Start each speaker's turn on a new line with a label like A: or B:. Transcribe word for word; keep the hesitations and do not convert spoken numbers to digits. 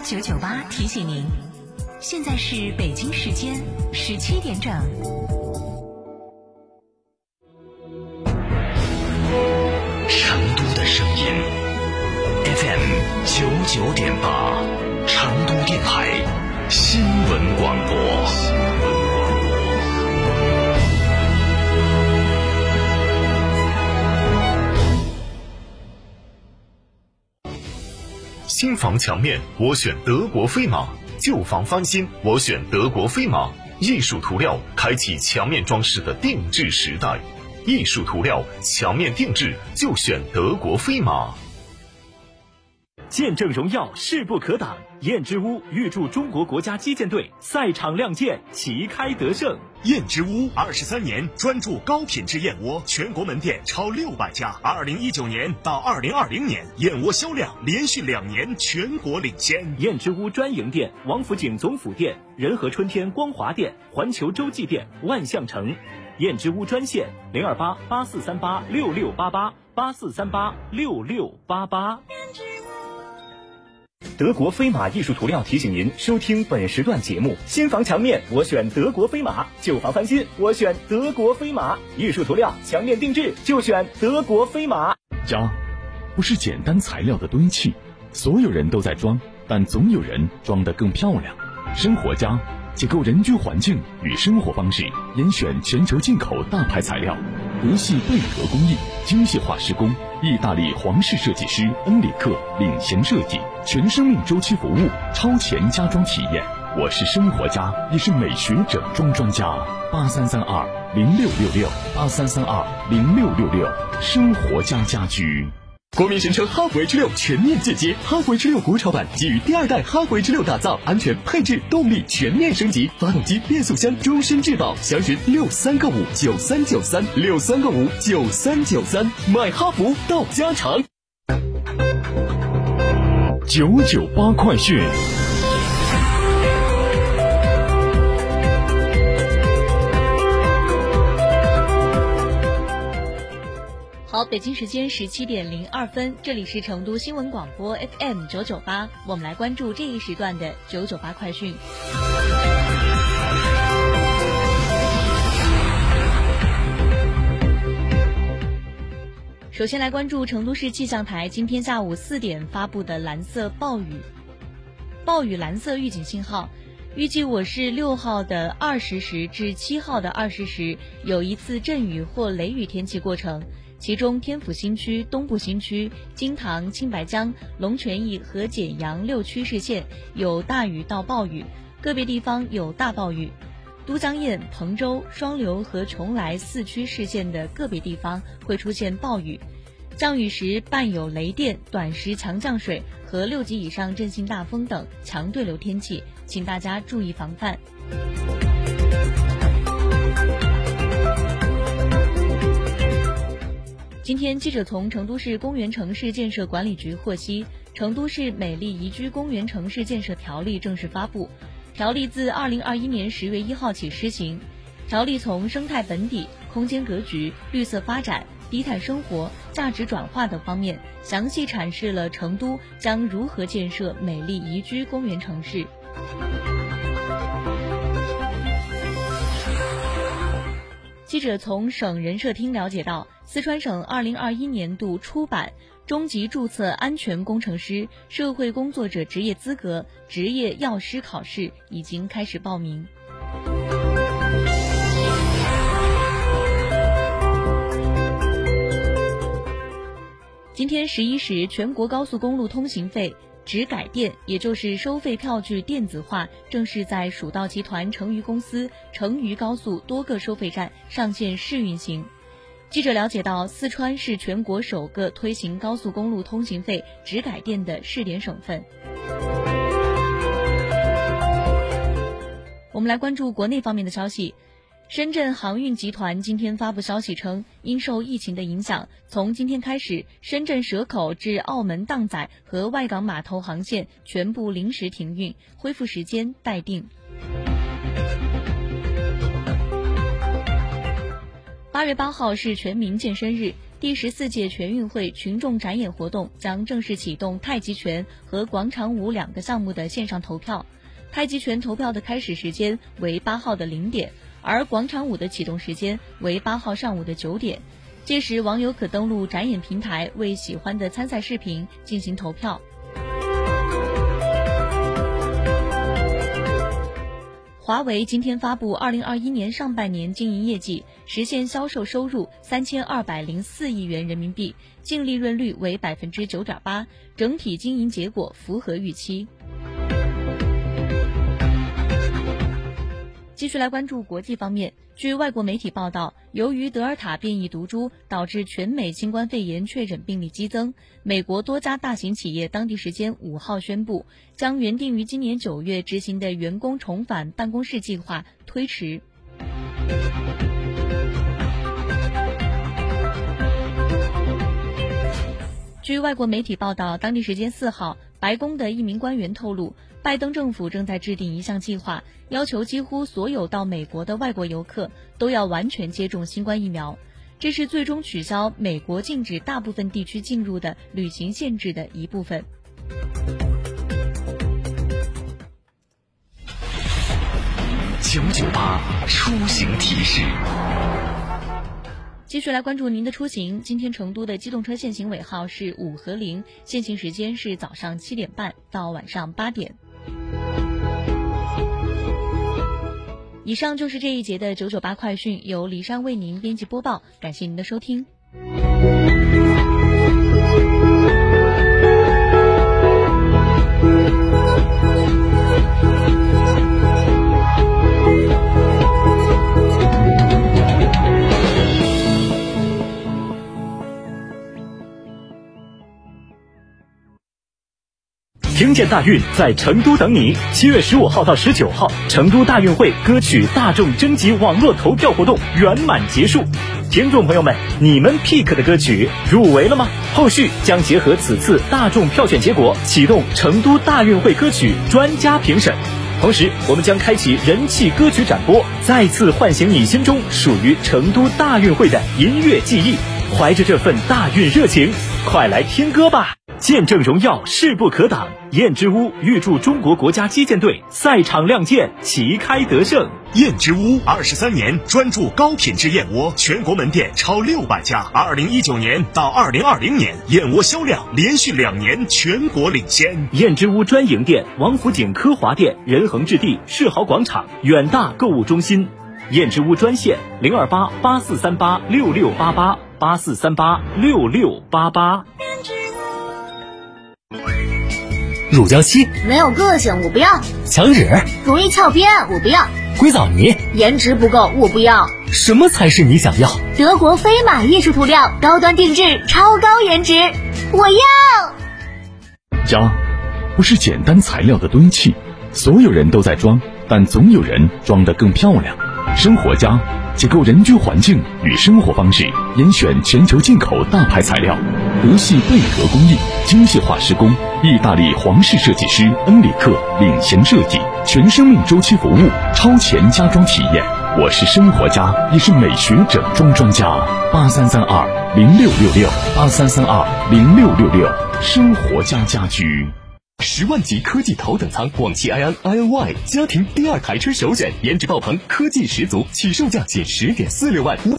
A: 九九八提醒您，现在是北京时间十七点整。
B: 成都的声音 F M 九九点八，成都电台新闻广播。
C: 新房墙面我选德国飞马，旧房翻新我选德国飞马。艺术涂料开启墙面装饰的定制时代，艺术涂料墙面定制就选德国飞马。
D: 见证荣耀，势不可挡。燕之屋预祝中国国家击剑队赛场亮剑，旗开得胜。
E: 燕之屋二十三年专注高品质燕窝，全国门店超六百家。二零一九年到二零二零年，燕窝销量连续两年全国领先。
D: 燕之屋专营店：王府井总府店、仁和春天光华店、环球洲际店、万象城。燕之屋专线：零二八八四三八六六八八八四三八六六八八。德国飞马艺术涂料提醒您收听本时段节目：新房墙面我选德国飞马，旧房翻新我选德国飞马，艺术涂料墙面定制就选德国飞马。
F: 家不是简单材料的堆砌，所有人都在装，但总有人装得更漂亮。生活家解构人居环境与生活方式，严选全球进口大牌材料，德系贝壳工艺，精细化施工，意大利皇室设计师恩里克领衔设计，全生命周期服务，超前家装体验。我是生活家，也是美学整装专家。八三三二零六六六，八三三二零六六六，生活家家居。国民神车哈弗 H 六全面进阶，哈弗 H 六国潮版基于第二代哈弗 H 六打造，安全、配置、动力全面升级，发动机、变速箱终身质保。详询六三个五九三九三六三个五九三九三，买哈弗到家常。九九八快讯。
G: 好，北京时间十七点零二分，这里是成都新闻广播 F M 九九八，我们来关注这一时段的九九八快讯。首先来关注成都市气象台今天下午四点发布的蓝色暴雨暴雨蓝色预警信号，预计我市六号的二十时至七号的二十时有一次阵雨或雷雨天气过程。其中天府新区、东部新区、金堂、青白江、龙泉驿和简阳六区市县有大雨到暴雨，个别地方有大暴雨。都江堰、彭州、双流和邛崃四区市县的个别地方会出现暴雨，降雨时伴有雷电、短时强降水和六级以上阵性大风等强对流天气，请大家注意防范。今天，记者从成都市公园城市建设管理局获悉，成都市美丽宜居公园城市建设条例正式发布。条例自二零二一年十月一号起施行。条例从生态本底、空间格局、绿色发展、低碳生活、价值转化等方面，详细阐释了成都将如何建设美丽宜居公园城市。记者从省人社厅了解到，四川省二零二一年度出版中级注册安全工程师、社会工作者职业资格职业药师考试已经开始报名。今天十一时，全国高速公路通行费直改电，也就是收费票据电子化，正式在蜀道集团成渝公司成渝高速多个收费站上线试运行。记者了解到，四川是全国首个推行高速公路通行费直改电的试点省份。我们来关注国内方面的消息。深圳航运集团今天发布消息称，因受疫情的影响，从今天开始，深圳蛇口至澳门荡载和外港码头航线全部临时停运，恢复时间待定。 八月八号是全民健身日，第十四届全运会群众展演活动将正式启动太极拳和广场舞两个项目的线上投票。太极拳投票的开始时间为八号的零点，而广场舞的启动时间为八号上午的九点。届时网友可登录展演平台为喜欢的参赛视频进行投票。华为今天发布二零二一年上半年经营业绩，实现销售收入三千二百零四亿元人民币，净利润率为百分之九点八，整体经营结果符合预期。继续来关注国际方面，据外国媒体报道，由于德尔塔变异毒株导致全美新冠肺炎确诊病例激增，美国多家大型企业当地时间五号宣布，将原定于今年九月执行的员工重返办公室计划推迟。据外国媒体报道，当地时间四号，白宫的一名官员透露，拜登政府正在制定一项计划，要求几乎所有到美国的外国游客都要完全接种新冠疫苗。这是最终取消美国禁止大部分地区进入的旅行限制的一部分。
B: 九九八出行提示。
G: 继续来关注您的出行。今天成都的机动车限行尾号是五和零，限行时间是早上七点半到晚上八点。以上就是这一节的九九八快讯，由李珊为您编辑播报，感谢您的收听。
D: 听见大运在成都等你。七月十五号到十九号，成都大运会歌曲大众征集网络投票活动圆满结束。听众朋友们，你们 pick 的歌曲入围了吗？后续将结合此次大众票选结果，启动成都大运会歌曲专家评审。同时，我们将开启人气歌曲展播，再次唤醒你心中属于成都大运会的音乐记忆。怀着这份大运热情，快来听歌吧！见证荣耀势不可挡，燕之屋预祝中国国家击剑队赛场亮剑，旗开得胜。
E: 燕之屋二十三年专注高品质燕窝，全国门店超六百家。二零一九年到二零二零年，燕窝销量连续两年全国领先。
D: 燕之屋专营店：王府井科华店、仁恒置地、世豪广场、远大购物中心。燕之屋专线：零二八八四三八六六八八八四三八六六八八。
H: 乳胶漆
I: 没有个性，我不要；
H: 墙纸
I: 容易翘边，我不要；
H: 硅藻泥
I: 颜值不够，我不要。
H: 什么才是你想要？
I: 德国飞马艺术涂料，高端定制，超高颜值，我要。
F: 家不是简单材料的堆砌，所有人都在装，但总有人装得更漂亮。生活家解构人居环境与生活方式，严选全球进口大牌材料，德系贝壳工艺，精细化施工，意大利皇室设计师恩里克领衔设计，全生命周期服务，超前家装体验。我是生活家，也是美学整装专家。八三三二零六六六，八三三二零六六六，生活家家居。
B: 十万级科技头等舱广汽埃安 I N Y 家庭第二台车首选，颜值爆棚，科技十足，起售价仅十点四六万。